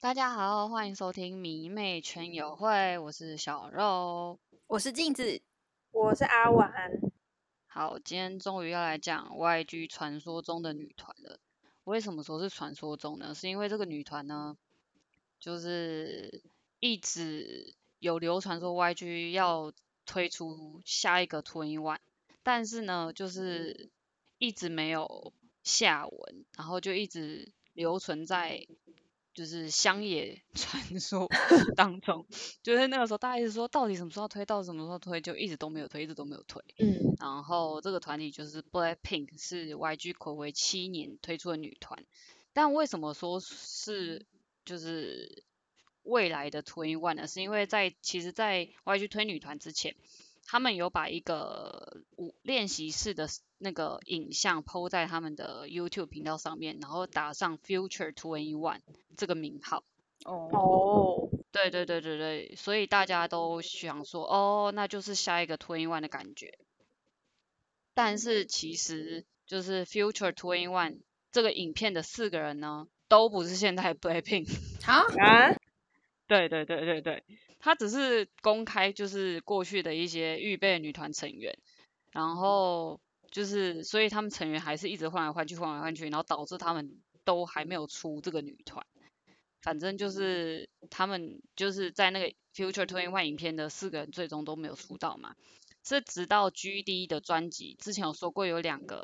大家好，欢迎收听迷妹圈友会，我是小肉， 我是镜子， 我是阿婉。 好，今天终于要来讲 YG 传说中的女团了。为什么说是传说中呢？是因为这个女团呢，就是一直有流传说 YG 要推出下一个 2NE1，但是呢，就是一直没有下文，然后就一直留存在就是乡野传说当中，就是那个时候大家一直说到底什么时候推，到底什么时候推，就一直都没有推，一直都没有推。然后这个团体就是 BLACKPINK， 是 YG 暌违7年推出的女团，但为什么说是就是未来的 2NE1 呢？是因为其实，在 YG 推女团之前，他们有把一个练习室的那个影像 PO 在他们的 YouTube 频道上面，然后打上 Future 2NE1这个名号。 哦， 对对对对对，所以大家都想说，哦，那就是下一个 2NE1的感觉。但是其实就是 Future 2NE1这个影片的4个人呢，都不是现在 BLACKPINK。对对对对对，他只是公开就是过去的一些预备女团成员，然后就是所以他们成员还是一直换来换去换来换去，然后导致他们都还没有出这个女团。反正就是他们就是在那个 Future 2NE1影片的4个人最终都没有出道嘛，是直到 GD 的专辑之前有说过有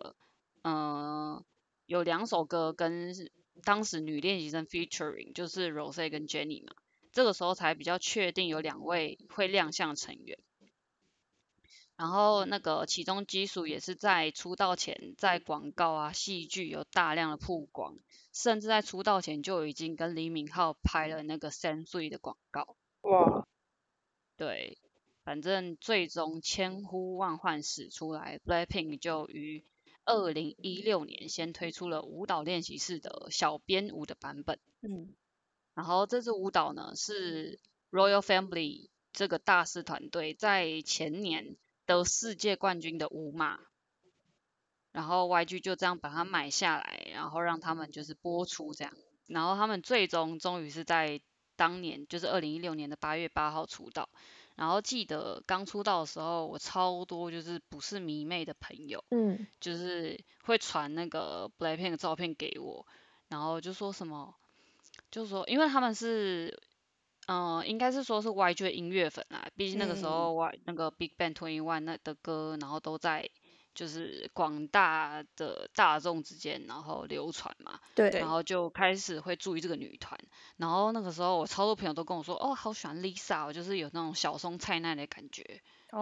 有2首歌跟当时女练习生 featuring 就是 Rose 跟 Jennie 嘛，这个时候才比较确定有2位会亮相成员。然后那个其中基础也是在出道前，在广告啊、戏剧有大量的曝光，甚至在出道前就已经跟李敏镐拍了那个Sensory的广告。 哇， 对，反正最终千呼万唤始出来，BLACKPINK 就于2016年先推出了舞蹈练习室的小编舞的版本。然后这支舞蹈呢是 Royal Family 这个大师团队在前年得世界冠军的舞码，然后 YG 就这样把它买下来，然后让他们就是播出这样，然后他们最终终于是在当年就是2016年的8月8号出道。然后记得刚出道的时候，我超多就是不是迷妹的朋友，就是会传那个 BLACKPINK 的照片给我，然后就说什么，就说因为他们是应该是说是 YG 的音乐粉啦，毕竟那个时候那个 Big Bang 2NE1那的歌，然后都在就是广大的大众之间，然后流传嘛， 对， 然后就开始会注意这个女团，然后那个时候我超多朋友都跟我说，哦，好喜欢 Lisa，我就是有那种小松菜奈的感觉。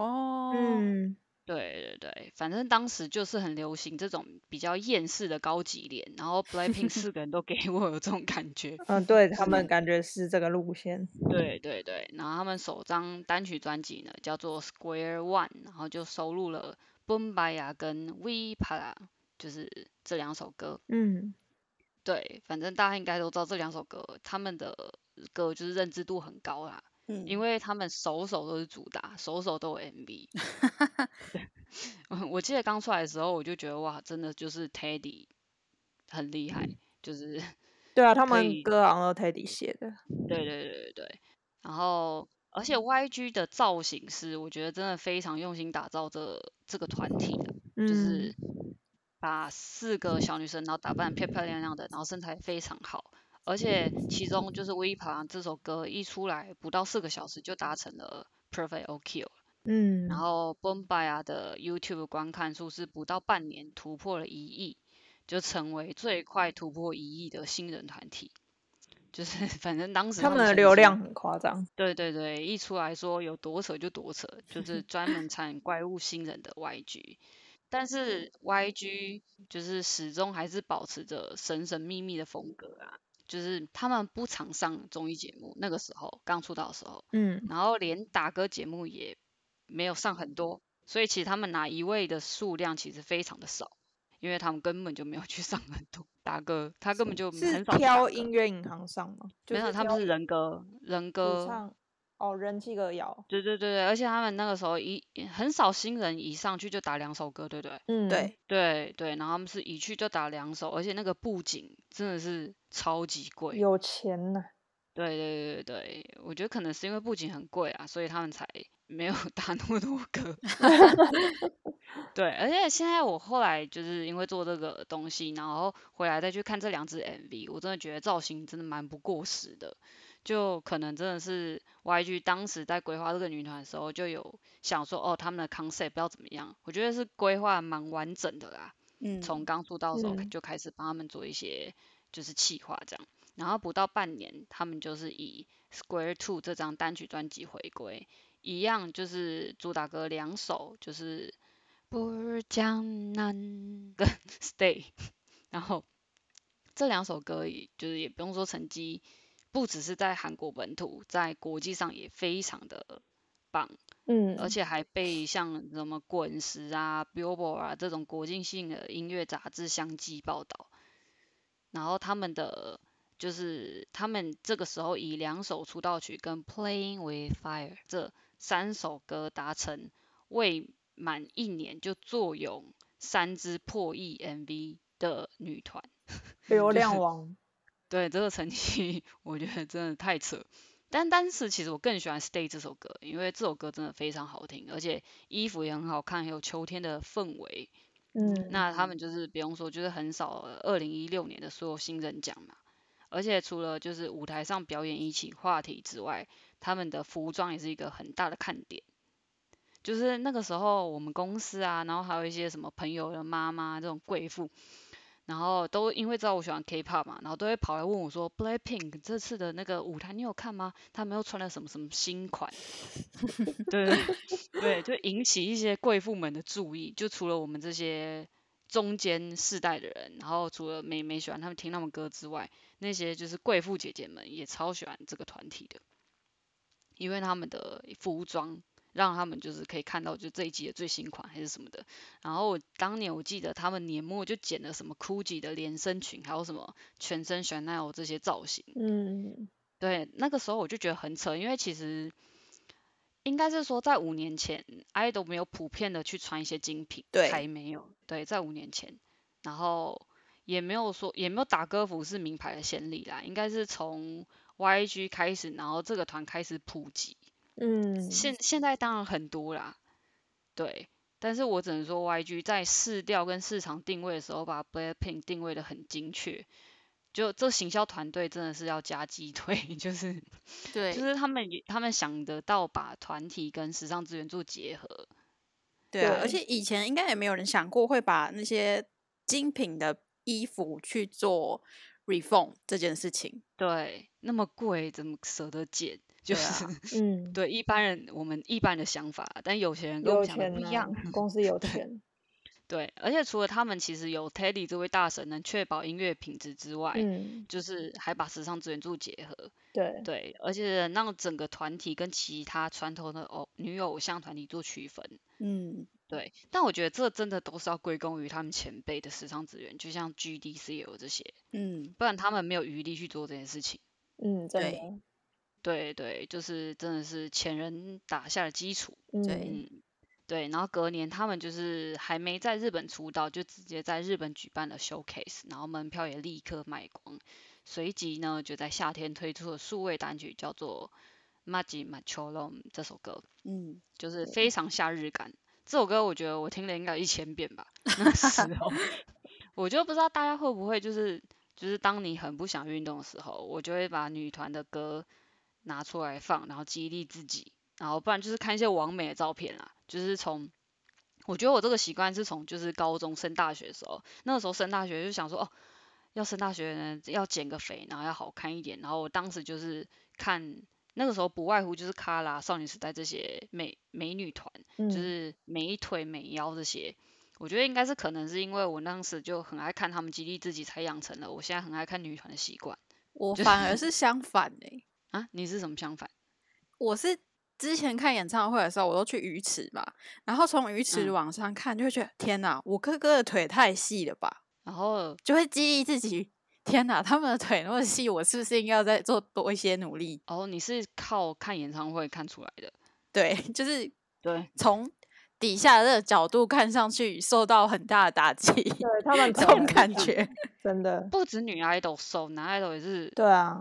对对对，反正当时就是很流行这种比较厌世的高级脸，然后 BLACKPINK 4个人都给我有这种感觉。 对他们感觉是这个路线。 对对对，然后他们首张单曲专辑呢叫做 Square One，然后就收录了 Boombayah 跟 We Para， 就是这2首歌。对，反正大家应该都知道这2首歌，他们的歌就是认知度很高啦，因为他们首首都是主打，首首都有 MV。我记得刚出来的时候，我就觉得哇，真的就是 Teddy 很厉害，就是对啊，他们可以， 歌好像都 Teddy 写的。 对对对对对，然后而且 YG 的造型师，我觉得真的非常用心打造这个团体的，就是把4个小女生，然后打扮漂漂亮亮的，然后身材非常好，而且其中就是 We Pa 这首歌一出来，不到4个小时就达成了 Perfect OK 了。然后 Boombayah 的 YouTube 观看数是不到半年突破了1亿，就成为最快突破1亿的新人团体。就是反正当时他们的们流量很夸张。 对对对，一出来说有多扯就多扯，就是专门产怪物新人的 YG。但是 YG 就是始终还是保持着神神秘秘的风格啊，就是他们不常上综艺节目，那个时候刚出道的时候，然后连打歌节目也没有上很多，所以其实他们拿1位的数量其实非常的少，因为他们根本就没有去上很多打歌，他根本就很少去打歌。 挑音乐银行上吗？ 没有，他们是人歌， 主唱人气歌谣。 对对对对，而且他们那个时候很少新人一上去就打2首歌，对不对？ 对对对，然后他们是一去就打2首，而且那个布景真的是超级贵。 有钱呐。 对对对对，我觉得可能是因为布景很贵啊，所以他们才没有打那么多歌。对，而且现在我后来就是因为做这个东西，然后回来再去看这两支 MV，我真的觉得造型真的蛮不过时的。就可能真的是 YG 当时在规划这个女团的时候，就有想说，哦，他们的 concept 要怎么样？我觉得是规划蛮完整的啦。从刚出道的时候就开始帮他们做一些就是企划这样，然后不到半年，他们就是以 Square Two 这张单曲专辑回归，一样就是主打歌两首，就是不江南跟 Stay，然后这两首歌就是也不用说成绩，不只是在韩国本土，在国际上也非常的棒，而且还被像什么滚石啊、Billboard 啊这种国际性的音乐杂志相继报道。然后他们这个时候以两首出道曲跟 Playing with Fire 这3首歌达成未满1年就坐拥3支破亿 MV 的女团， 流量王。 对这个成绩，我觉得真的太扯。但当时其实我更喜欢 Stay 这首歌，因为这首歌真的非常好听，而且衣服也很好看，还有秋天的氛围。那他们就是不用说，就是横扫2016年的所有新人奖嘛。而且除了就是舞台上表演引起话题之外，他们的服装也是一个很大的看点。就是那个时候我们公司啊，然后还有一些什么朋友的妈妈这种贵妇，然后都因为知道我喜欢 K-pop 嘛，然后都会跑来问我说，Blackpink 这次的那个舞台你有看吗？他们又穿了什么什么新款？对对，就引起一些贵妇们的注意。就除了我们这些中间世代的人，然后除了妹妹喜欢他们听他们歌之外，那些就是贵妇姐姐们也超喜欢这个团体的，因为他们的服装让他们就是可以看到就这一季的最新款还是什么的。然后当年我记得他们年末就剪了什么 Gucci 的连身裙，还有什么全身 Chanel 这些造型。对，那个时候我就觉得很扯，因为其实应该是说在5年前，idol 没有普遍的去穿一些精品，还没有。对，在5年前，然后也没有打歌服是名牌的先例啦，应该是从 YG 开始，然后这个团开始普及。现在当然很多啦，对，但是我只能说 YG 在市调跟市场定位的时候，把 Blackpink 定位的很精确。就这行销团队真的是要加鸡腿，就是他们想得到把团体跟时尚资源做结合。 对啊，而且以前应该也没有人想过会把那些精品的衣服去做 reform 这件事情。 对，那么贵怎么舍得剪？就是对我们一般人的想法，但有钱人跟我们想的不一样。 公司有钱。 对，而且除了他们其实有 Teddy 这位大神能确保音乐品质之外，就是还把时尚资源做结合。对，而且让整个团体跟其他传统的女偶像团体做区分。对，但我觉得这真的都是要归功于他们前辈的时尚资源，就像 GDC 这些，不然他们没有余力去做这件事情。 真的。 对，就是真的是前人打下的基础。对，然后隔年他们就是还没在日本出道，就直接在日本举办了 showcase，然后门票也立刻卖光。随即呢，就在夏天推出了数位单曲，叫做《Maji Macholom》这首歌，就是非常夏日感。这首歌我觉得我听了应该有1000遍吧，那时候我就不知道大家会不会就是当你很不想运动的时候，我就会把女团的歌拿出来放，然后激励自己，然后不然就是看一些完美的照片啦。就是我觉得我这个习惯是从就是高中升大学的时候，那个时候升大学就想说，要升大学呢要减个肥，然后要好看一点，然后我当时就是看那个时候不外乎就是卡拉、少女时代这些美女团，就是美腿美腰这些。我觉得应该是可能是因为我当时就很爱看他们激励自己，才养成了我现在很爱看女团的习惯。 我反而是相反你是什么相反？ 我是之前看演唱会的时候，我都去鱼池嘛，然后从鱼池往上看，就会觉得天哪，我哥哥的腿太细了吧， 然后就会激励自己，天哪，他们的腿那么细，我是不是应该要再做多一些努力？ 你是靠看演唱会看出来的？ 对，就是对， 从底下的角度看上去受到很大的打击， 对他们这种感觉真的不止女 idol 受，男 idol 也是。 对啊，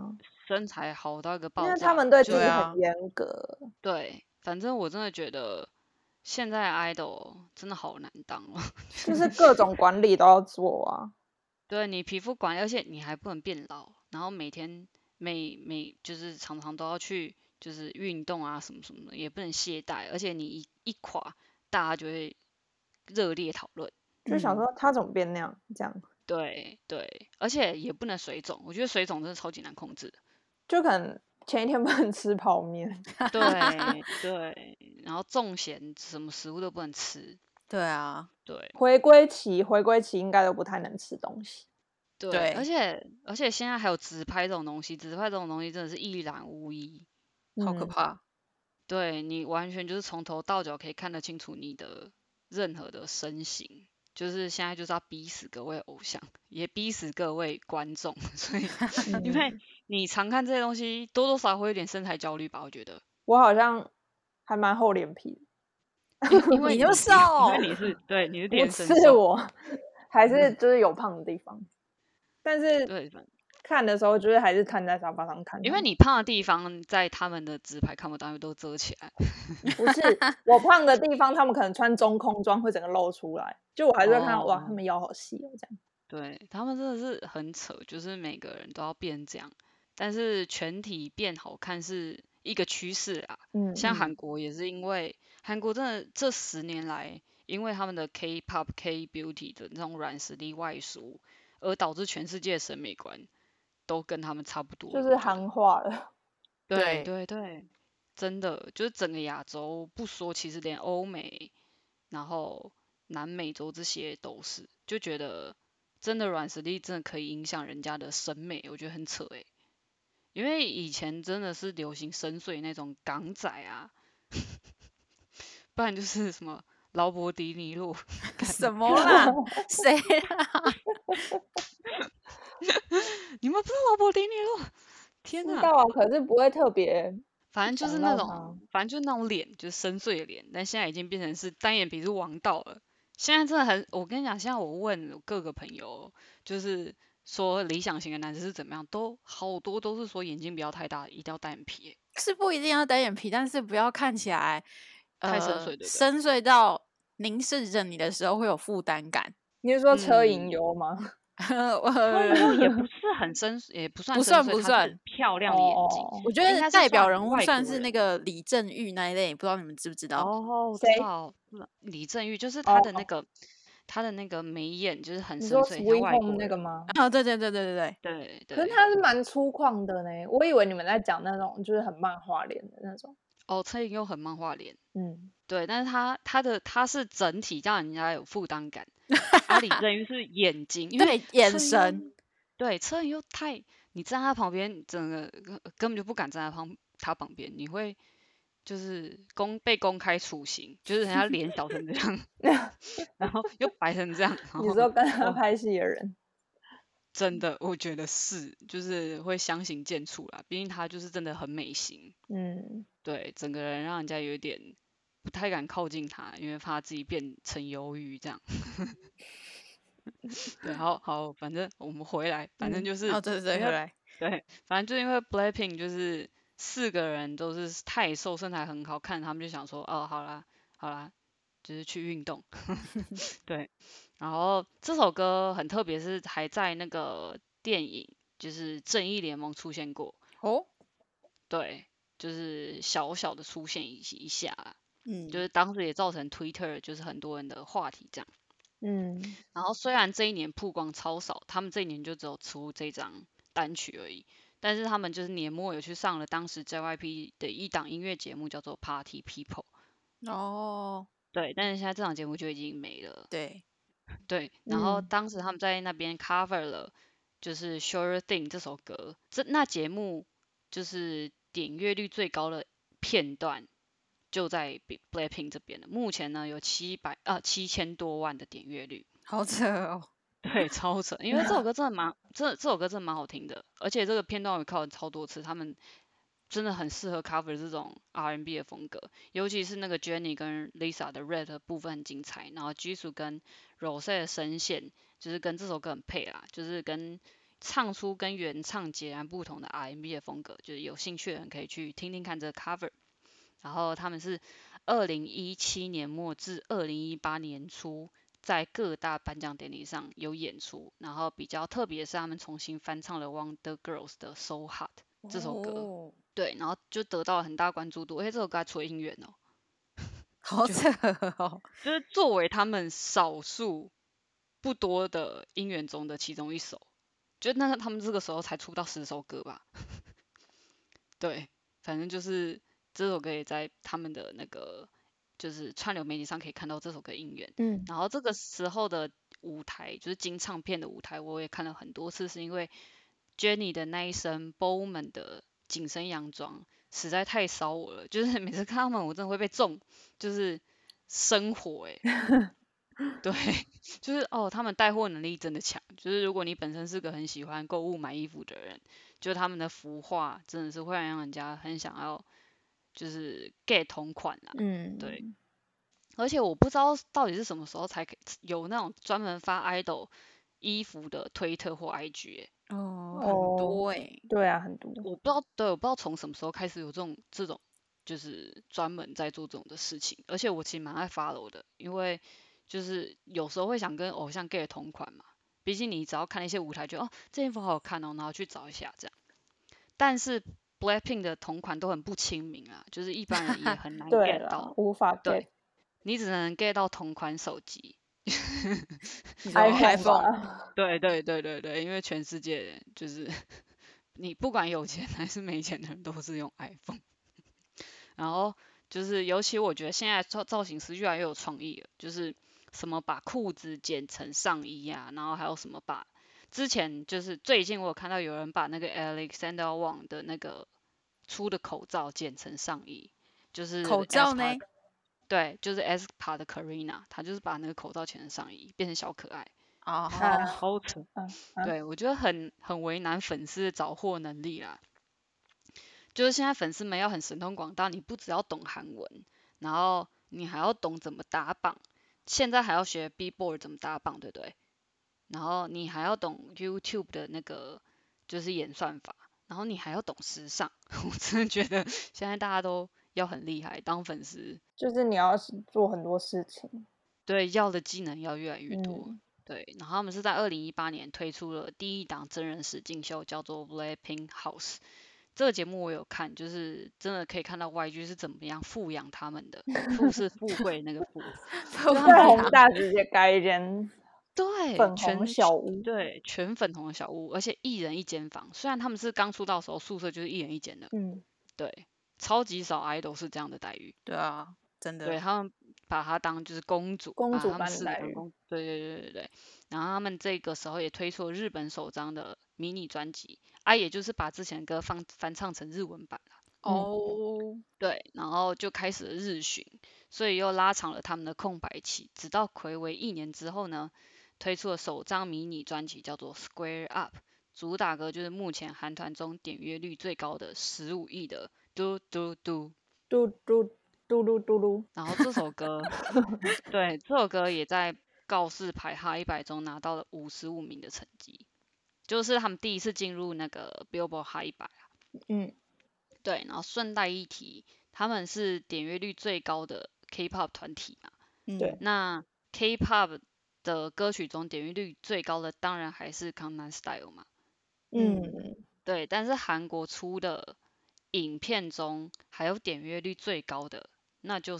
身材好到一个因为他爆炸， 们对自己对啊很严格。 对，反正我真的觉得现在 idol 真的好难当哦。 就是各种管理都要做啊。 对你皮肤管理，而且你还不能变老，然后每天就是常常都要去就是运动啊什么什么的，也不能懈怠，而且你一垮，大家就会热烈讨论。 就想说他怎么变那样，这样对对，而且也不能水肿，我觉得水肿真的超级难控制的。 就可能前一天不能吃泡面。 对对，然后重咸，什么食物都不能吃。 对啊， 对回归期应该都不太能吃东西。 对， 对而且现在还有直拍这种东西，直拍这种东西真的是一览无遗。 好可怕。 对你完全就是从头到脚可以看得清楚你的任何的身形，就是现在就是要逼死各位偶像，也逼死各位观众，所以因为你常看这些东西，多多少少会有点身材焦虑吧，我觉得。 我好像还蛮厚脸皮的， 因为你就瘦因为你是对你是不天生瘦， 是我，还是就是有胖的地方，但是对， 看的时候就是还是看在沙发上看。 因为你胖的地方在他们的直拍看不到，因为都遮起来。 不是我胖的地方，他们可能穿中空装会整个露出来，就我还是会看到哇，他们腰好细哦，这样。 对，他们真的是很扯，就是每个人都要变这样，但是全体变好看是一个趋势啦。像韩国也是因为韩国真的这10年来，因为他们的 K-pop、K-beauty 的那种软实力外输，而导致全世界的审美观都跟他们差不多了。 就是韩化了。 对对对，真的就是整个亚洲不说，其实连欧美，然后南美洲这些都是，就觉得真的软实力真的可以影响人家的审美，我觉得很扯欸。因为以前真的是流行深邃那种港仔啊，不然就是什么劳勃迪尼洛， 什么啦？谁啦？ 你们不知道劳勃迪尼洛？天哪！ 知道啊，可是不会特别反正就是想那种到他。， 反正就是那种脸，就是深邃的脸，但现在已经变成是单眼皮是王道了。现在真的很，我跟你讲，现在我问我各个朋友，就是说理想型的男生是怎么样，都好多都是说眼睛不要太大，一定要单眼皮欸， 是不一定要单眼皮，但是不要看起来太深邃，对不对？ 深邃到凝视着你的时候会有负担感。 你是说车银优吗？ 也不是很深，也不算不深邃， 算不算他是漂亮的眼睛。 我觉应该是得代表算人物外国人算是那个李正玉那一类，不知道你们知不知道？ 哦，我知谁道，李正玉就是他的那个，他的那个眉眼就是很你说深邃，像 Sweet 外 Home 国人。 那个吗？ 哦，对对对对对对， 对对。 可是他是蛮粗犷的呢，我以为你们在讲那种就是很漫画脸的那种。 哦，车银优很漫画脸， 嗯， 对，但是他是整体让人家有负担感，李正玉是眼睛，因为对眼车银优神， 对，车银优太，你站在他旁边，整个根本就不敢站在他旁边，你会就是被公开处刑，就是人家脸小成这样，然后又白成这样，然后你说跟他哦， 拍戏的人。 真的我觉得是，就是会相形见绌啦，毕竟他就是真的很美型，对，整个人让人家有一点不太敢靠近他，因为怕自己变成鱿鱼这样。对，好，反正我们回来，反正就是哦，对对对， 因为回来， 对，反正就因为 Blackpink 就是4个人都是太瘦，身材很好看，他们就想说，哦，好啦，就是去运动。对，然后这首歌很特别，是还在那个电影就是正义联盟出现过。 哦， 对，就是小小的出现一下啦，就嗯， 是当时也造成 Twitter 就是很多人的话题这样。然后虽然这一年曝光超少，他们这一年就只有出这张单曲而已，但是他们就是年末有去上了当时 JYP 的一档音乐节目，叫做 Party People。 哦， 对，但是现在这档节目就已经没了。 对， 对，然后当时他们在那边 cover 了就是 Sure Thing 这首歌，那节目就是点阅率最高的片段就在 Blackpink 这边了，目前呢有7000多万的点阅率。 好扯哦， 对，超扯，因为这首歌真的这首歌真的蛮好听的，而且这个片段我看了超多次，他们真的很适合 cover 这种 R&B 的风格，尤其是那个 Jennie 跟 Lisa 的 rap 的部分很精彩，然后 Jisoo 跟 Rose 的声线就是跟这首歌很配啦，就是跟唱出跟原唱截然不同的 R&B 的风格，就是有兴趣的人可以去听听看这个 cover。然后他们是2017年末至2018年初在各大颁奖典礼上有演出，然后比较特别是他们重新翻唱了 Wonder Girls 的 So Hot 这首歌， 哦， 对，然后就得到了很大关注度，而且这首歌还出了音源哦， 好扯哦。 就是作为他们少数不多的音源中的其中一首，就那他们这个时候才出到10首歌吧，对，反正就是这首歌也在他们的那个就是串流媒体上可以看到这首歌音源，然后这个时候的舞台就是金唱片的舞台，我也看了很多次，是因为 Jennie 的那一身 Bowman 的紧身洋装实在太烧我了，就是每次看他们我真的会被就是生火对，就是他们带货能力真的强，就是如果你本身是个很喜欢购物买衣服的人，就他们的服化真的是会让人家很想要就是 get 同款啦，对。而且我不知道到底是什么时候才有那种专门发 idol 衣服的推特或 IG 很多对啊，很多。 我不知道从什么时候开始有这种就是专门在做这种的事情，而且我其实蛮爱 follow 的，因为就是有时候会想跟偶像 get 同款嘛，毕竟你只要看一些舞台，觉得这件服好好看哦，然后去找一下这样。但是 Blackpink 的同款都很不亲民啊，就是一般人也很难 get 到， 无法 get。 对，你只能 get 到同款手机。 iPhone。 对，因为全世界就是你不管有钱还是没钱的人都是用 iPhone。然后就是尤其我觉得现在造型师越来越有创意了，就是什么把裤子剪成上衣啊，然后还有什么把之前就是最近我有看到有人把那个 Alexander Wang 的那个出的口罩剪成上衣，就是口罩呢？ 对，就是 aespa 的 Karina， 她就是把那个口罩剪成上衣，变成小可爱。超扯。对，我觉得很为难粉丝的找货能力啦。就是现在粉丝们要很神通广大，你不只要懂韩文，然后你还要懂怎么打榜，现在还要学 Billboard 怎么打榜，对不对？然后你还要懂 YouTube 的那个就是演算法，然后你还要懂时尚。我真的觉得现在大家都要很厉害，当粉丝就是你要做很多事情， 对，要的技能要越来越多。对，然后他们是在2018年推出了第一档真人实境秀，叫做 Blackpink House。这个节目我有看，就是真的可以看到 YG 是怎么样富养他们的，富是富贵那个富， 在宏大直接盖一间对粉红小屋， 对，全粉红的小屋，而且一人一间房。虽然他们是刚出道的时候宿舍就是一人一间的，对，超级少 idol 是这样的待遇。 对啊，真的。 对，他们把她当就是公主， 公主般的待遇。对。然后他们这个时候也推出了日本首张的迷你专辑，也就是把之前的歌翻唱成日文版了。对，然后就开始了日巡，所以又拉长了他们的空白期，直到睽违1年之后呢，推出了首张迷你专辑，叫做 Square Up， 主打歌就是目前韩团中点阅率最高的15亿的嘟嘟嘟嘟嘟嘟噜嘟噜。 然后这首歌，对，这首歌也在告示牌 Hot 100中拿到了55名的成绩，就是他们第一次进入那个 Billboard Hot 100。对，然后顺带一提，他们是点阅率最高的 K-pop 团体嘛。 对。 那 K-pop 的歌曲中点阅率最高的当然还是 Gangnam Style 嘛。对，但是韩国出的影片中还有点阅率最高的，那就是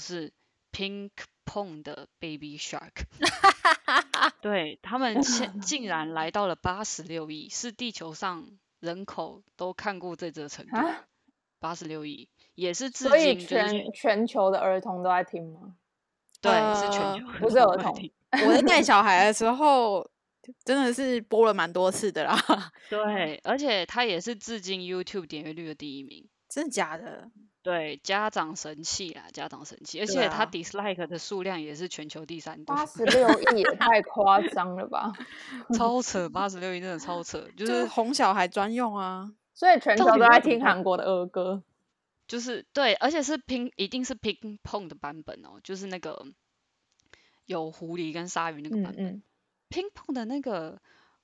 Pink Pong 的 Baby Shark。对，他们竟然来到了86亿，是地球上人口都看过这则程度。86亿，也是至今就是全球的儿童都在听吗？ 对，是全球， 不是儿童。 我在带小孩的时候，真的是播了蛮多次的啦。 对，而且他也是至今 YouTube 点阅率的第1名。 真的假的？ 对，家长神器啦，家长神器，而且他 dislike 的数量也是全球第3多。 86亿也太夸张了吧！ 超扯，86亿真的超扯，就是哄小孩专用啊。 所以全球都在听韩国的儿歌。 就是对，而且是一定是 Ping Pong 的版本哦，就是那个有狐狸跟鲨鱼那个版本。Ping Pong 的那个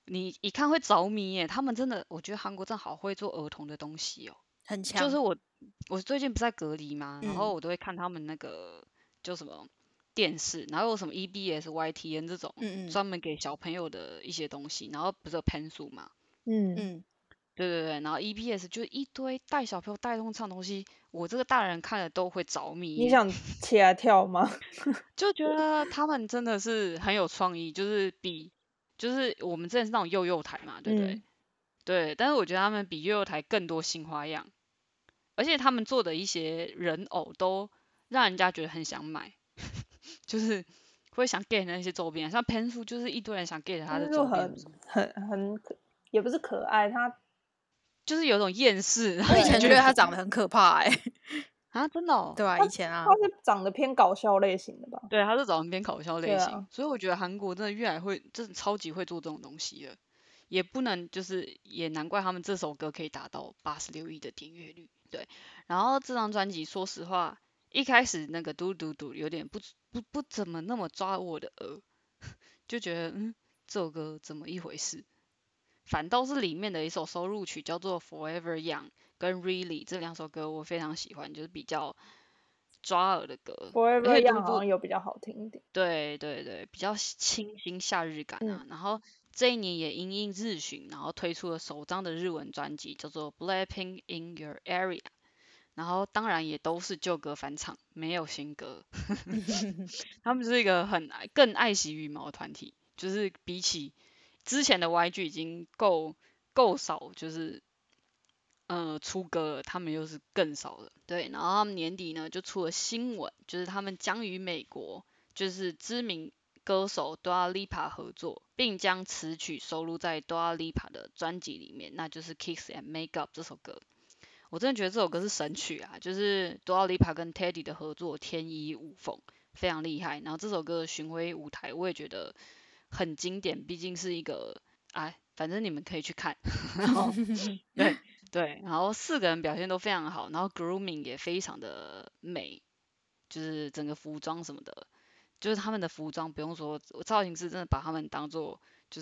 你一看会着迷耶。他们真的，我觉得韩国真的好会做儿童的东西哦。 很强。 就是我最近不是在隔离嘛，然后嗯我都会看他们那个就什么电视，然后有什么 EBS、YTN 这种嗯嗯专门给小朋友的一些东西，然后不是有 Pencil 嘛， 嗯， 嗯， 对对对，然后 EBS 就一堆带小朋友带动唱的东西，我这个大人看了都会着迷耶。 你想起来跳吗？ 就觉得他们真的是很有创意，就是我们之前是那种幼幼台嘛，对不对？ 嗯， 对，但是我觉得他们比幼幼台更多新花样，而且他们做的一些人偶都让人家觉得很想买，就是会想 get 那些周边，像 Pencil 就是一堆人想 get 他的但是就周边， 很也不是可爱，它就是有种厌世，然后我以前觉就觉得得他长得很可怕啊，真的哦， 对吧？以前啊它，是长得偏搞笑类型的吧？ 对，他是找人偏搞笑类型， 对啊， 所以我觉得韩国真的越来会，真的超级会做这种东西了。也不能就是也难怪他们这首歌可以达到86亿的点阅率。对，然后这张专辑说实话，一开始那个嘟嘟嘟有点不怎么那么抓我的耳，就觉得这首歌怎么一回事？反倒是里面的一首收录曲叫做 Forever Young 跟 Really 这两首歌我非常喜欢，就是比较抓耳的歌，而 ，Forever 且 Young 嘟嘟好像有比较好听一点。 对对对，比较清新夏日感啊。然后这一年也因应日巡，然后推出了首张的日文专辑，叫做 Blackpink in Your Area。然后当然也都是旧歌翻唱，没有新歌。他们是一个更爱惜羽毛的团体，就是比起之前的 YG 已经够少，就是出歌了，他们又是更少了。对，然后他们年底呢就出了新闻，就是他们将与美国就是知名歌手 Dua Lipa 合作，并将词曲收录在 Dua Lipa 的专辑里面，那就是《Kiss and Make Up》这首歌。我真的觉得这首歌是神曲啊，就是 Dua Lipa 跟 Teddy 的合作天衣无缝，非常厉害。然后这首歌的巡回舞台我也觉得很经典，毕竟是一个反正你们可以去看。然后对对，然后4个人表现都非常好，然后 grooming 也非常的美，就是整个服装什么的，就是他们的服装不用说，造型师真的把他们当做就是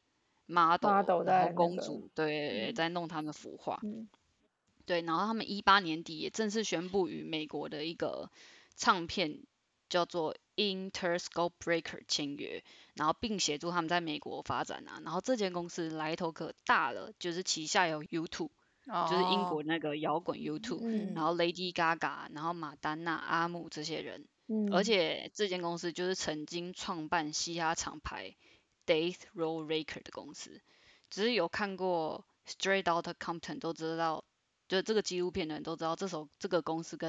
model，然后在那个， 公主，对，在弄他们的服化。 嗯， 对，然后他们18年底也正式宣布与美国的一个唱片叫做 Interscope Breaker 签约，然后并协助他们在美国发展啊。然后这间公司来头可大了，就是旗下有 U2，就是英国那个摇滚 U2，然后 Lady Gaga，然后马丹娜、阿姆这些人，而且这间公司就是曾经创办嘻哈厂牌 Death Row Record 的公司，只是有看过 Straight Outta Compton 都知道。就这个纪录片的人都知道，这个公司跟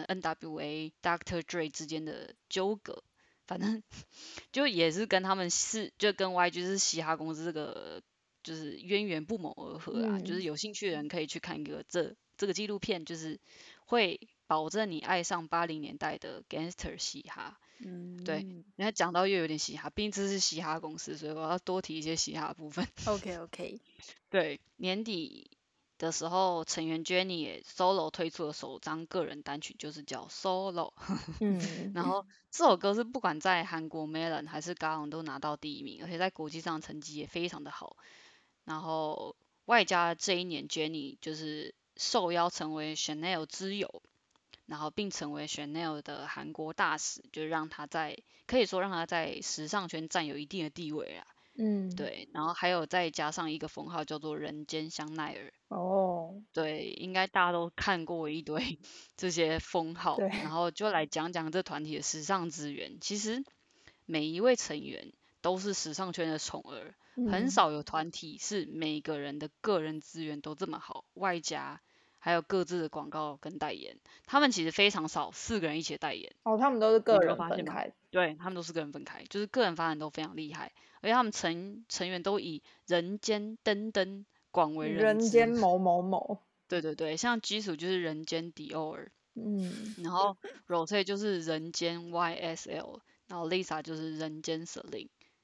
NWA、Dr. Dre 之间的纠葛，反正就也是跟他们就跟 YG 是嘻哈公司这个就是渊源不谋而合啊。就是有兴趣的人可以去看一个这个纪录片，就是会保证你爱上80年代的 Gangster 嘻哈。对，你看讲到又有点嘻哈，毕竟这是嘻哈公司，所以我要多提一些嘻哈的部分。 OK， 对，年底的时候，成员 Jennie 也 solo 推出了首张个人单曲，就是叫 Solo。然后这首歌是不管在韩国 Melon 还是 Gaon 都拿到第1名，而且在国际上成绩也非常的好。然后外加这一年 Jennie 就是受邀成为 Chanel 之友，然后并成为 Chanel 的韩国大使，就可以说让他在时尚圈占有一定的地位啊。对，然后还有再加上一个封号叫做人间香奈儿。对，应该大家都看过一堆这些封号，然后就来讲讲这团体的时尚资源。其实每一位成员都是时尚圈的宠儿，很少有团体是每个人的个人资源都这么好，外加还有各自的广告跟代言。他们其实非常少4个人一起代言。 他们都是个人发现吗？ 分开。 对，他们都是个人分开，就是个人发展都非常厉害，而且他们成员都以人间登登广为人知。 人间某某某。 对对对，像基础就是人间迪奥尔，然后 Rosé 就是人间 YSL，然后 Lisa 就是人间 Celine，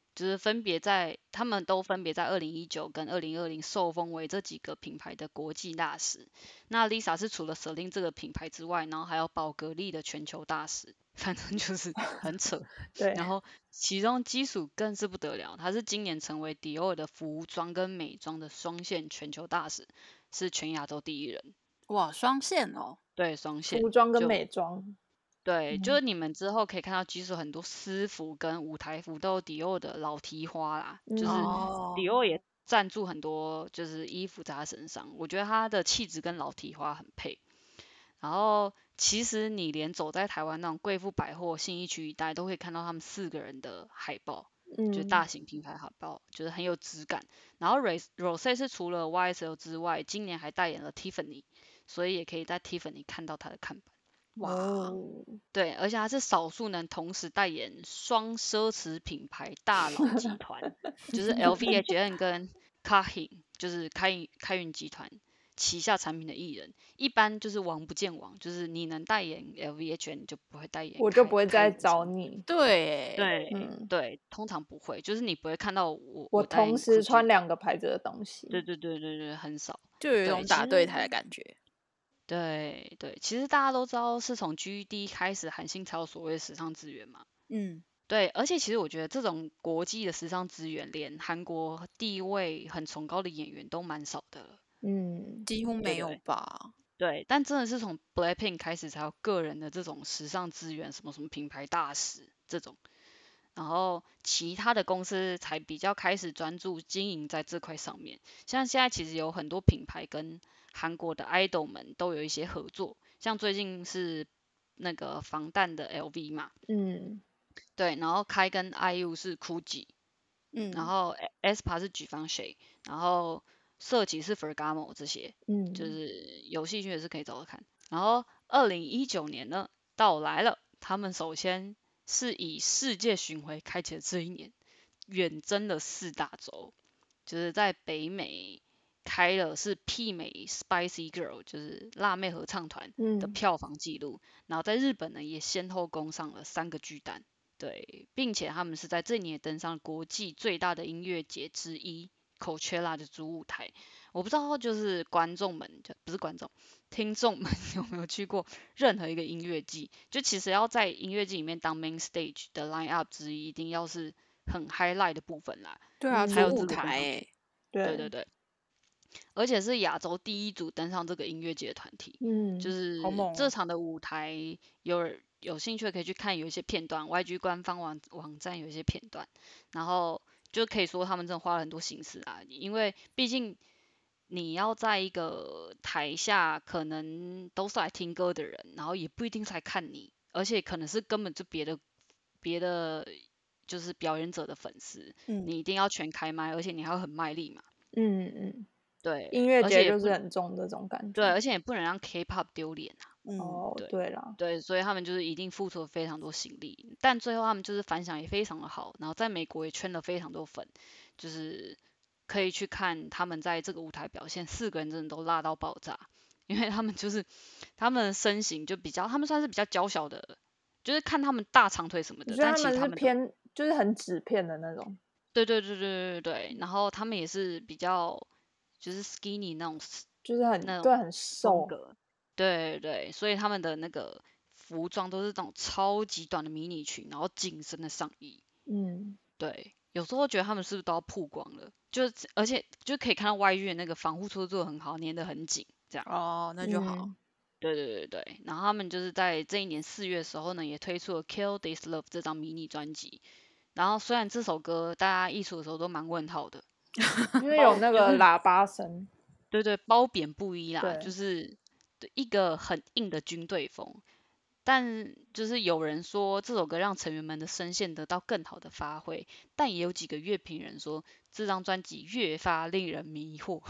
就是他们都分别在2019跟2020受封为这几个品牌的国际大使。那 Lisa 是除了 Celine 这个品牌之外，然后还有宝格丽的全球大使，反正就是很扯。 对， 然后其中基础更是不得了，他是今年成为迪奥的服装跟美妆的双线全球大使，是全亚洲第一人。 哇，双线哦。 对，双线服装跟就美妆， 对， 嗯就是你们之后可以看到，基础很多私服跟舞台服都有迪奥的老提花啦，就是哦， 迪奥也赞助很多就是衣服在他身上，我觉得他的气质跟老提花很配。然后其实你连走在台湾那种贵妇百货信义区一带，都会看到他们4个人的海报，就是大嗯， 型品牌海报，就是很有质感。然后 Rose 是除了 YSL 之外，今年还代言了 Tiffany，所以也可以在 Tiffany 看到它的看板。 哇， 哦， 对，而且它是少数能同时代言双奢侈品牌大佬集团，就是 LVMH 跟 Kering，就是开运集团旗下产品的艺人。一般就是王不见王，就是你能代言 LVMH，你就不会代言我就不会再开云的找产品。 你。 对， 对嗯， 对，通常不会，就是你不会看到我我代言同时 GUCCI。 穿2个牌子的东西。 对对对对对，很少。 就有一对， 种打对台的感觉。 对对，其实大家都知道是从 GED 开始，韩星才有所谓的时尚资源嘛。 嗯， 对，而且其实我觉得这种国际的时尚资源，连韩国地位很崇高的演员都蛮少的了。 嗯， 几乎没有对对吧？ 对，但真的是从 BLACKPINK 开始才有个人的这种时尚资源，什么什么品牌大使这种，然后其他的公司才比较开始专注经营在这块上面。像现在其实有很多品牌跟韩国的 idol 们都有一些合作，像最近是那个防弹的 LV 嘛， 嗯对，然后开跟 IU 是 GUCCI，然嗯， 后 aespa 是Givenchy，然后色级是 Ferragamo 这些，就嗯， 是有兴趣的是可以找找看。然后2019年呢到来了，他们首先是以世界巡回开启了这一年，远征了4大洲，就是在北美开了是媲美 Spicy Girl，就是辣妹合唱团的嗯， 票房纪录，然后在日本呢也先后攻上了3个巨蛋。对，并且他们是在这一年登上国际最大的音乐节之一 Coachella 的主舞台。我不知道就是观众们，就不是观众，听众们有没有去过任何一个音乐季？就其实要在音乐季里面当 main stage 的 line up 之一，一定要是很 highlight 的部分啦， 对啊， 才有资主舞格登上去。 台哎， 对， 对对对，而且是亚洲第一组登上这个音乐节的团体，就嗯， 是好猛哦。 这场的舞台有兴趣的可以去看有一些片段，YG 官方网站有一些片段，然后就可以说他们真的花了很多心思啊，因为毕竟你要在一个台下可能都是来听歌的人，然后也不一定是来看你，而且可能是根本就别的就是表演者的粉丝， 嗯， 你一定要全开麦，而且你还要很卖力嘛。 嗯嗯， 对， 音乐节就是而且也不很重这种感对， 觉。 而且也不能让 K-pop 丢脸啊。 嗯， 哦， 对对啦， 对，所以他们就是一定付出了非常多心力，但最后他们就是反响也非常的好，然后在美国也圈了非常多粉，就是可以去看他们在这个舞台表现，4个人真的都辣到爆炸，因为他们就是他们的身形就比较，他们算是比较娇小的，就是看他们大长腿什么的， 我觉得他们但其实他们的是偏就是很纸片的那种。 对对对对对对，然后他们也是比较就是 skinny 就是很那种对很瘦。 风格，对对，所以他们的那个服装都是那种超级短的迷你裙，然后紧身的上衣， 嗯对，有时候觉得他们是不是都要曝光了，就是而且就可以看到 YG 的那个防护措施做得很好，粘得很紧，这样。 哦，那就好。 嗯， 对对对对，然后他们就是在这一年4月的时候呢，也推出了《Kill This Love》这张迷你专辑。然后虽然这首歌大家一出的时候都蛮问号的， 因为有那就是个喇叭声。 对对褒贬不一啦，就对， 是对一个很硬的军队风，但就是有人说这首歌让成员们的声线得到更好的发挥，但也有几个乐评人说这张专辑越发令人迷惑，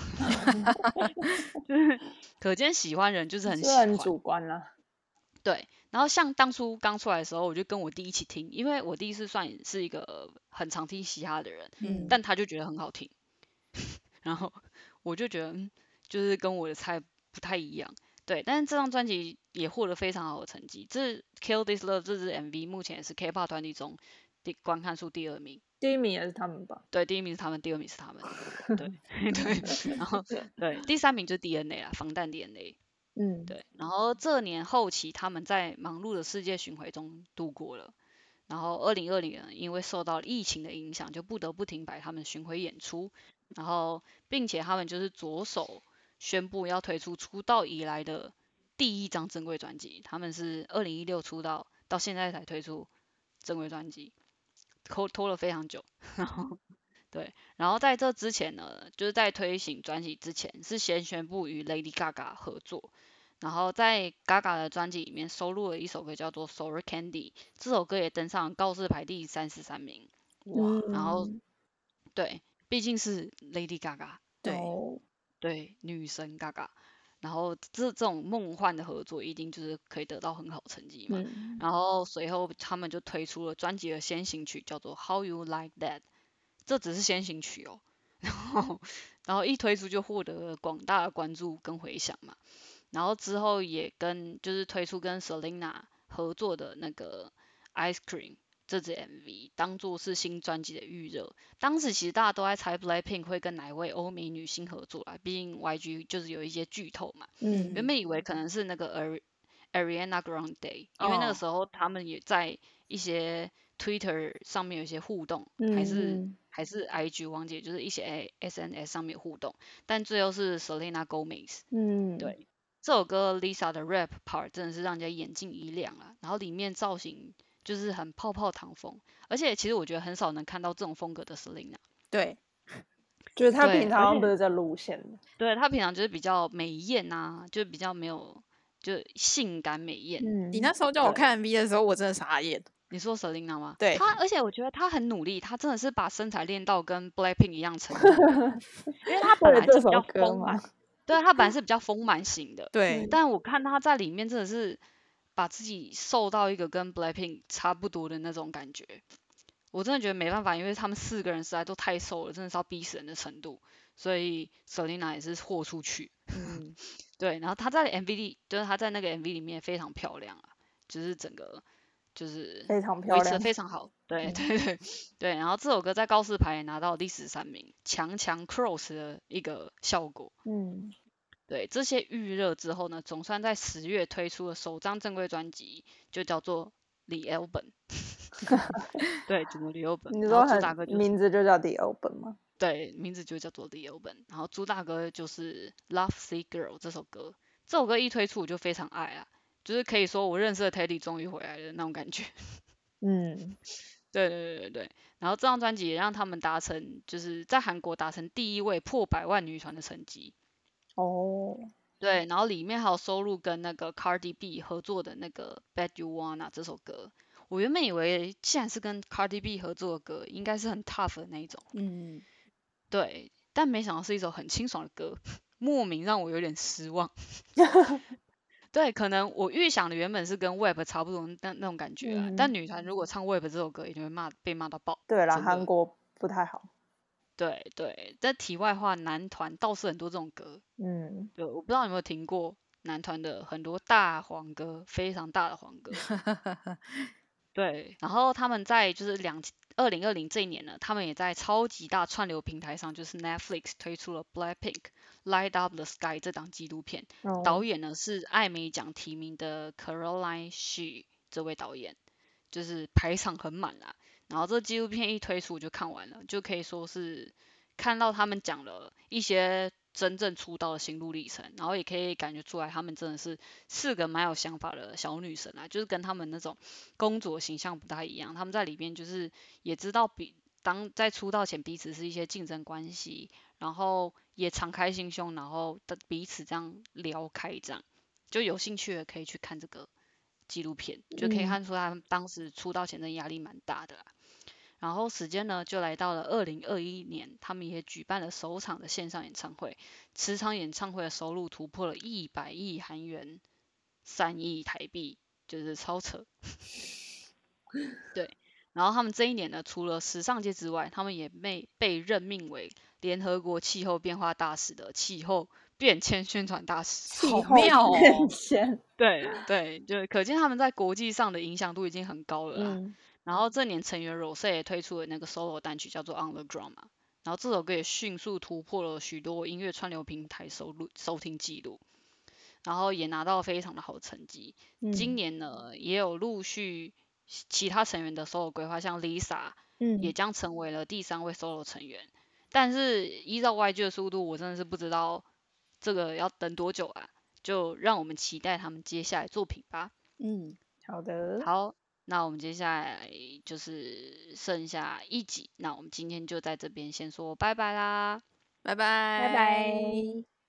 就是可见喜欢人就是很这很喜欢。 主观啦。 对，然后像当初刚出来的时候，我就跟我弟一起听，因为我弟是一个很常听嘻哈的人， 嗯， 但他就觉得很好听，然后我就觉得，就是跟我的菜不太一样。对，但是这张专辑也获得非常好的成绩。这《Kill This Love》这支 MV 目前也是 K-pop 团体中观看数第2名， 第一名也是他们吧？ 对，第一名是他们，第二名是他们，对对，然后对，第三名就是 DNA 啦，防弹 DNA。对，然后这年后期他们在忙碌的世界巡回中度过了。然后2020年因为受到疫情的影响，就不得不停摆他们巡回演出。然后，并且他们就是着手宣布要推出出道以来的第一张正规专辑。他们是2016出道，到现在才推出正规专辑，拖了非常久。然后对，然后在这之前呢，就是在推行专辑之前，是先宣布与 Lady Gaga 合作。然后在 Gaga 的专辑里面收录了一首歌叫做《Sour Candy》，这首歌也登上告示牌第33名。哇！然后对，毕竟是 Lady Gaga，对，女神 Gaga。然后这种梦幻的合作，一定就是可以得到很好成绩嘛。然后随后他们就推出了专辑的先行曲，叫做《How You Like That》，这只是先行曲哦。然后一推出就获得了广大的关注跟回响嘛。然后之后也就是推出跟 Selena 合作的那个 Ice Cream 这支 MV， 当做是新专辑的预热。当时其实大家都在猜 Blackpink 会跟哪一位欧美女星合作啦，毕竟 YG 就是有一些剧透嘛。原本以为可能是那个 Ariana Grande， 因为那个时候他们也在一些 Twitter 上面有一些互动，还是 IG 忘记，就是一些 SNS 上面互动，但最后是 Selena Gomez。对。这首歌 Lisa 的 rap part 真的是让人家眼睛一亮啊，然后里面造型就是很泡泡糖风，而且其实我觉得很少能看到这种风格的 Selena。 对， 就是他平常不是这路线的。 对，他平常就是比较美艳啊，就比较没有就性感美艳。 你那时候叫我看 MV 的时候，我真的傻眼。 你说 Selena 吗？ 对， 而且我觉得他很努力，他真的是把身材练到跟 Blackpink 一样程度，因为他本来是比较丰满。对，他本来是比较丰满型的， 对， 但我看他在里面真的是把自己瘦到一个跟 Blackpink 差不多的那种感觉，我真的觉得没办法，因为他们4个人实在都太瘦了，真的是要逼死人的程度，所以 Selena 也是豁出去。对，然后他在 MV 里，就是他在那个 MV 里面非常漂亮啊，就是整个就是非常漂亮， 维持得非常好。对对对对，然后这首歌在告示牌也拿到第13名，强 cross 的一个效果。对，这些预热之后呢，总算在10月推出了首张正规专辑，就叫做 The Album。对，整个 The Album。 你说名字就叫 The Album 吗？ 对，名字就叫做 The Album。然后主打歌就是 Love Sick Girl 这首歌，这首歌一推出我就非常爱啊，就是可以说我认识的 Teddy 终于回来了那种感觉。对。然后这张专辑也让他们就是在韩国达成第一位破100万女团的成绩。对，然后里面还有收录跟那个 Cardi B 合作的那个 Bad You Wanna 这首歌。我原本以为既然是跟 Cardi B 合作的歌，应该是很 tough 的那一种。对，但没想到是一首很清爽的歌，莫名让我有点失望。对，可能我预想的原本是跟 Web 差不多那种感觉啊，但女团如果唱 Web 这首歌，一定会被骂到爆。 对啦，韩国不太好。 对，但题外话，男团倒是很多这种歌。对，我不知道有没有听过男团的很多大黄歌，非常大的黄歌。对，然后他们在就是2020这一年呢，他们也在超级大串流平台上，就是 Netflix 推出了 Blackpink Light Up the Sky 这档纪录片。导演呢是艾美奖提名的 Caroline She 这位导演，就是排场很满啦。然后这纪录片一推出我就看完了，就可以说是看到他们讲了一些真正出道的心路历程，然后也可以感觉出来他们真的是个蛮有想法的小女生啊，就是跟他们那种公主形象不太一样。他们在里面就是也知道当在出道前彼此是一些竞争关系，然后也敞开心胸，然后彼此这样聊开，这样就有兴趣的可以去看这个纪录片，就可以看出他们当时出道前的压力蛮大的啦。然后时间呢就来到了2021年，他们也举办了首场的线上演唱会，此场演唱会的收入突破了100亿韩元，3亿台币，就是超扯。对，然后他们这一年呢，除了时尚界之外，他们也被任命为联合国气候变化大使的气候变迁宣传大使。 好妙哦！ 对，就可见他们在国际上的影响度已经很高了啦。 然后这年成员 Rose 也推出了那个 solo 单曲叫做 On the Ground 嘛，然后这首歌也迅速突破了许多音乐串流平台收听记录，然后也拿到非常的好的成绩。今年呢也有陆续其他成员的 solo 规划，像 Lisa 也将成为了第3位 solo 成员。但是依照 YG 的速度，我真的是不知道这个要等多久啊，就让我们期待他们接下来作品吧。 好的。 好，那我们接下来就是剩下1集，那我们今天就在这边先说拜拜啦， 拜拜， 拜拜。